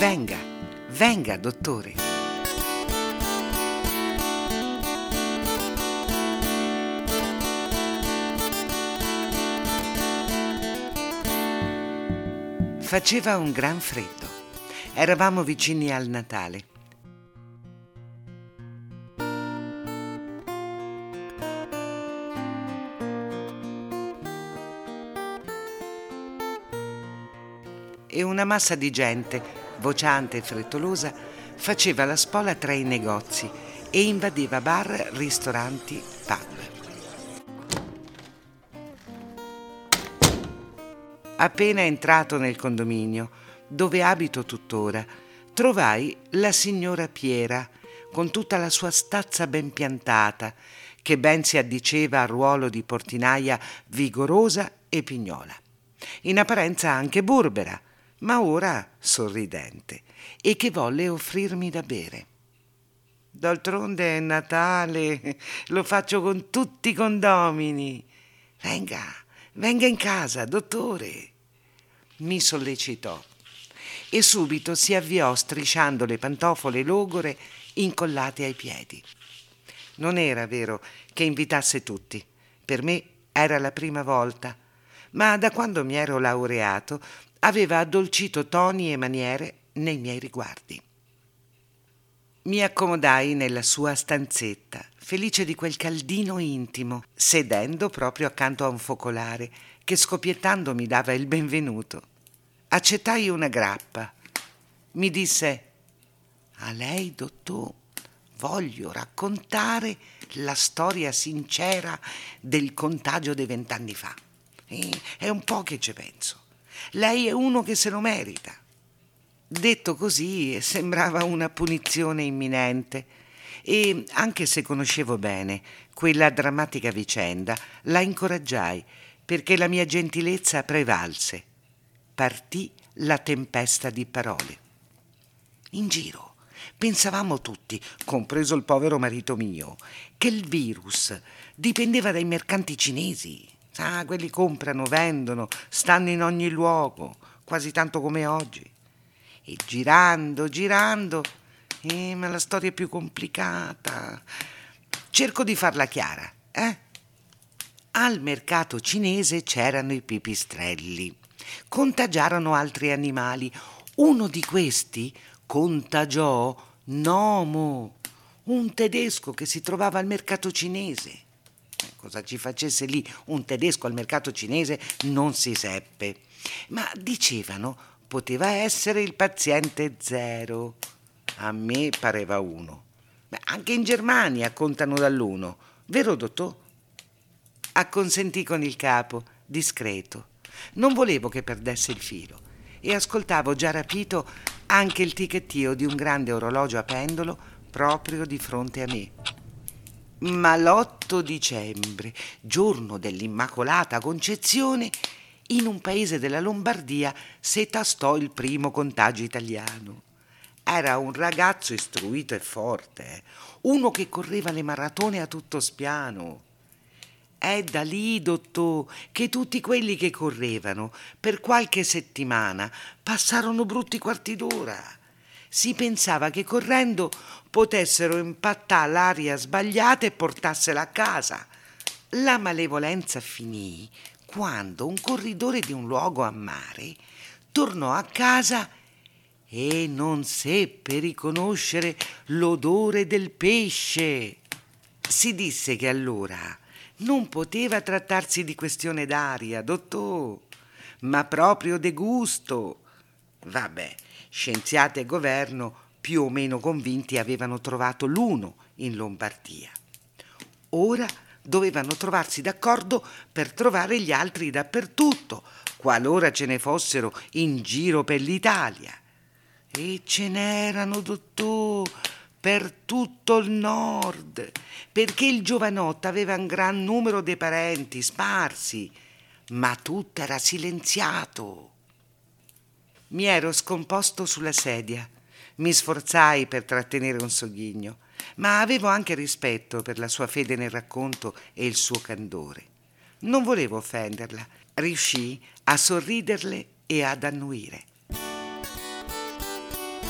Venga, venga, dottore. Faceva un gran freddo. Eravamo vicini al Natale. E una massa di gente, vociante e frettolosa, faceva la spola tra i negozi e invadeva bar, ristoranti, pub. Appena entrato nel condominio, dove abito tuttora, trovai la signora Piera, con tutta la sua stazza ben piantata, che ben si addiceva al ruolo di portinaia vigorosa e pignola. In apparenza anche burbera, ma ora sorridente, e che volle offrirmi da bere. D'altronde è Natale, lo faccio con tutti i condomini. Venga, venga in casa, dottore. Mi sollecitò e subito si avviò strisciando le pantofole logore incollate ai piedi. Non era vero che invitasse tutti. Per me era la prima volta, ma da quando mi ero laureato aveva addolcito toni e maniere nei miei riguardi. Mi accomodai nella sua stanzetta, felice di quel caldino intimo, sedendo proprio accanto a un focolare che scoppiettando mi dava il benvenuto. Accettai una grappa. Mi disse: a lei, dottor, voglio raccontare la storia sincera del contagio dei 20 anni fa. È un po' che ci penso. Lei è uno che se lo merita. Detto così sembrava una punizione imminente e, anche se conoscevo bene quella drammatica vicenda, la incoraggiai perché la mia gentilezza prevalse. Partì la tempesta di parole. In giro pensavamo tutti, compreso il povero marito mio, che il virus dipendeva dai mercanti cinesi. Quelli comprano, vendono, stanno in ogni luogo, quasi tanto come oggi. E girando, ma la storia è più complicata. Cerco di farla chiara, Al mercato cinese c'erano i pipistrelli. Contagiarono altri animali. Uno di questi contagiò Nomo, un tedesco che si trovava al mercato cinese. Cosa ci facesse lì un tedesco al mercato cinese non si seppe, ma dicevano poteva essere il paziente zero. A me pareva uno. Anche in Germania contano dall'1, vero dottor? Acconsentì con il capo, discreto. Non volevo che perdesse il filo e ascoltavo già rapito anche il ticchettio di un grande orologio a pendolo proprio di fronte a me. Ma l'8 dicembre, giorno dell'Immacolata Concezione, in un paese della Lombardia si tastò il primo contagio italiano. Era un ragazzo istruito e forte, uno che correva le maratone a tutto spiano. È da lì, dottor, che tutti quelli che correvano per qualche settimana passarono brutti quarti d'ora. Si pensava che correndo potessero impattare l'aria sbagliata e portarsela a casa. La malevolenza finì quando un corridore di un luogo a mare tornò a casa e non seppe riconoscere l'odore del pesce. Si disse che allora non poteva trattarsi di questione d'aria, dottor, ma proprio de gusto. Vabbè, scienziati e governo più o meno convinti avevano trovato l'uno in Lombardia. Ora dovevano trovarsi d'accordo per trovare gli altri dappertutto, qualora ce ne fossero in giro per l'Italia. E ce n'erano, dottor, per tutto il nord, perché il giovanotto aveva un gran numero di parenti sparsi, ma tutto era silenziato. Mi ero scomposto sulla sedia, mi sforzai per trattenere un sogghigno, ma avevo anche rispetto per la sua fede nel racconto e il suo candore. Non volevo offenderla, riuscii a sorriderle e ad annuire.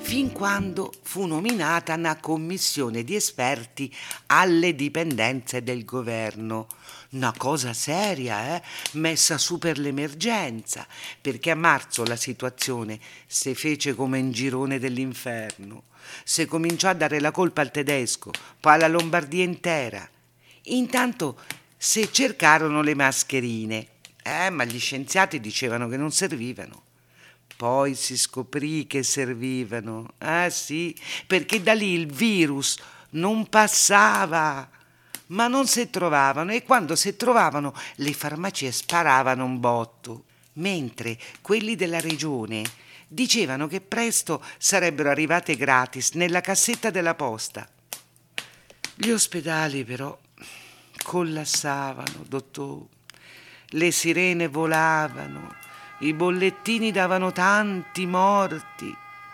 fin quando fu nominata una commissione di esperti alle dipendenze del governo. Una cosa seria, messa su per l'emergenza, perché a marzo la situazione si fece come in girone dell'inferno. Si cominciò a dare la colpa al tedesco, poi alla Lombardia intera. Intanto si cercarono le mascherine, ma gli scienziati dicevano che non servivano. Poi si scoprì che servivano. Ah sì, perché da lì il virus non passava. Ma non si trovavano, e quando si trovavano le farmacie sparavano un botto, mentre quelli della regione dicevano che presto sarebbero arrivate gratis nella cassetta della posta. Gli ospedali però collassavano, dottor. Le sirene volavano, i bollettini davano tanti morti.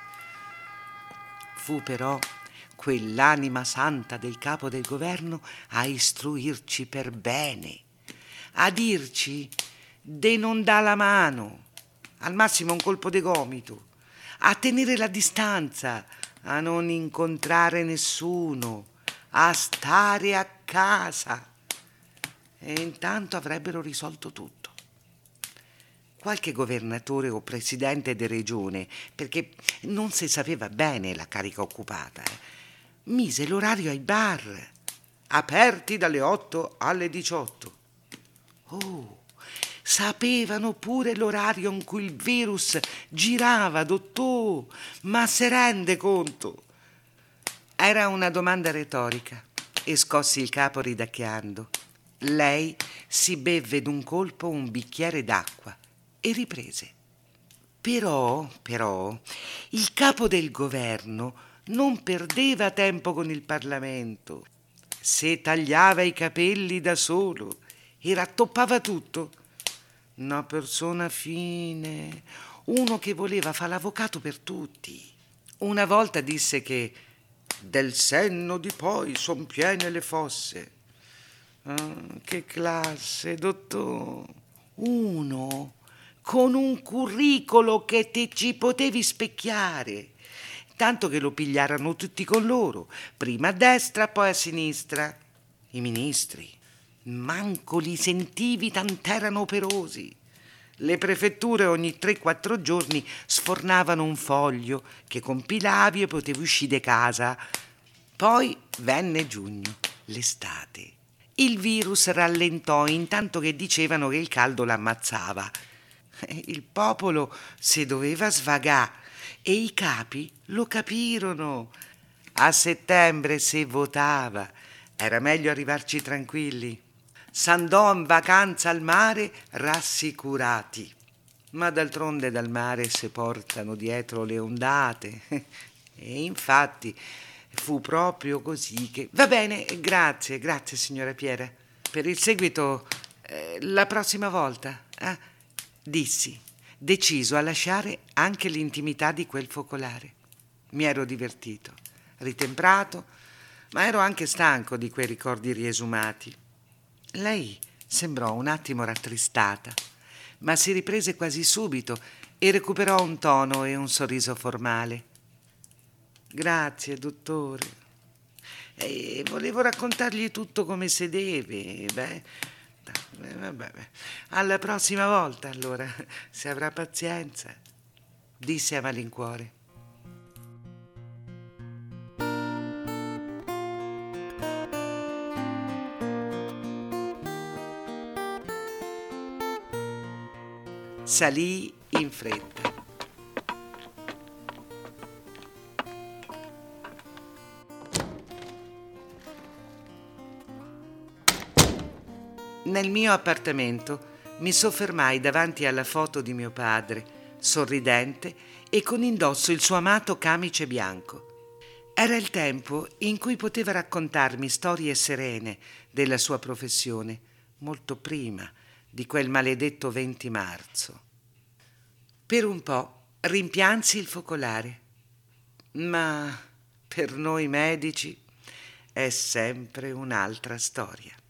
Fu però quell'anima santa del capo del governo a istruirci per bene, a dirci de non dà la mano, al massimo un colpo di gomito, a tenere la distanza, a non incontrare nessuno, a stare a casa. E intanto avrebbero risolto tutto. Qualche governatore o presidente di regione, perché non si sapeva bene la carica occupata, mise l'orario ai bar, aperti dalle 8 alle 18. Oh, sapevano pure l'orario in cui il virus girava, dottor, ma se rende conto? Era una domanda retorica e scossi il capo ridacchiando. Lei si bevve d'un colpo un bicchiere d'acqua e riprese. Però, il capo del governo non perdeva tempo con il Parlamento. Se tagliava i capelli da solo e rattoppava tutto. Una persona fine, uno che voleva fare l'avvocato per tutti. Una volta disse che del senno di poi son piene le fosse. Ah, che classe, dottor. Uno con un curricolo che te ci potevi specchiare, tanto che lo pigliarono tutti con loro, prima a destra poi a sinistra. I ministri manco li sentivi, tant'erano operosi. Le prefetture ogni 3-4 giorni sfornavano un foglio che compilavi e potevi uscire di casa. Poi venne giugno, l'estate. Il virus rallentò intanto che dicevano che il caldo l'ammazzava. Il popolo si doveva svagare e i capi lo capirono. A settembre si votava, era meglio arrivarci tranquilli. S'andò in vacanza al mare rassicurati, ma d'altronde dal mare si portano dietro le ondate. E infatti fu proprio così che... Va bene, grazie signora Piera. Per il seguito, la prossima volta, dissi, deciso a lasciare anche l'intimità di quel focolare. Mi ero divertito, ritemprato, ma ero anche stanco di quei ricordi riesumati. Lei sembrò un attimo rattristata, ma si riprese quasi subito e recuperò un tono e un sorriso formale. Grazie, dottore. Volevo raccontargli tutto come si deve. Vabbè. Alla prossima volta, allora, se avrà pazienza, disse a malincuore. Salì in fretta. Nel mio appartamento mi soffermai davanti alla foto di mio padre, sorridente e con indosso il suo amato camice bianco. Era il tempo in cui poteva raccontarmi storie serene della sua professione, molto prima di quel maledetto 20 marzo. Per un po' rimpiansi il focolare, ma per noi medici è sempre un'altra storia.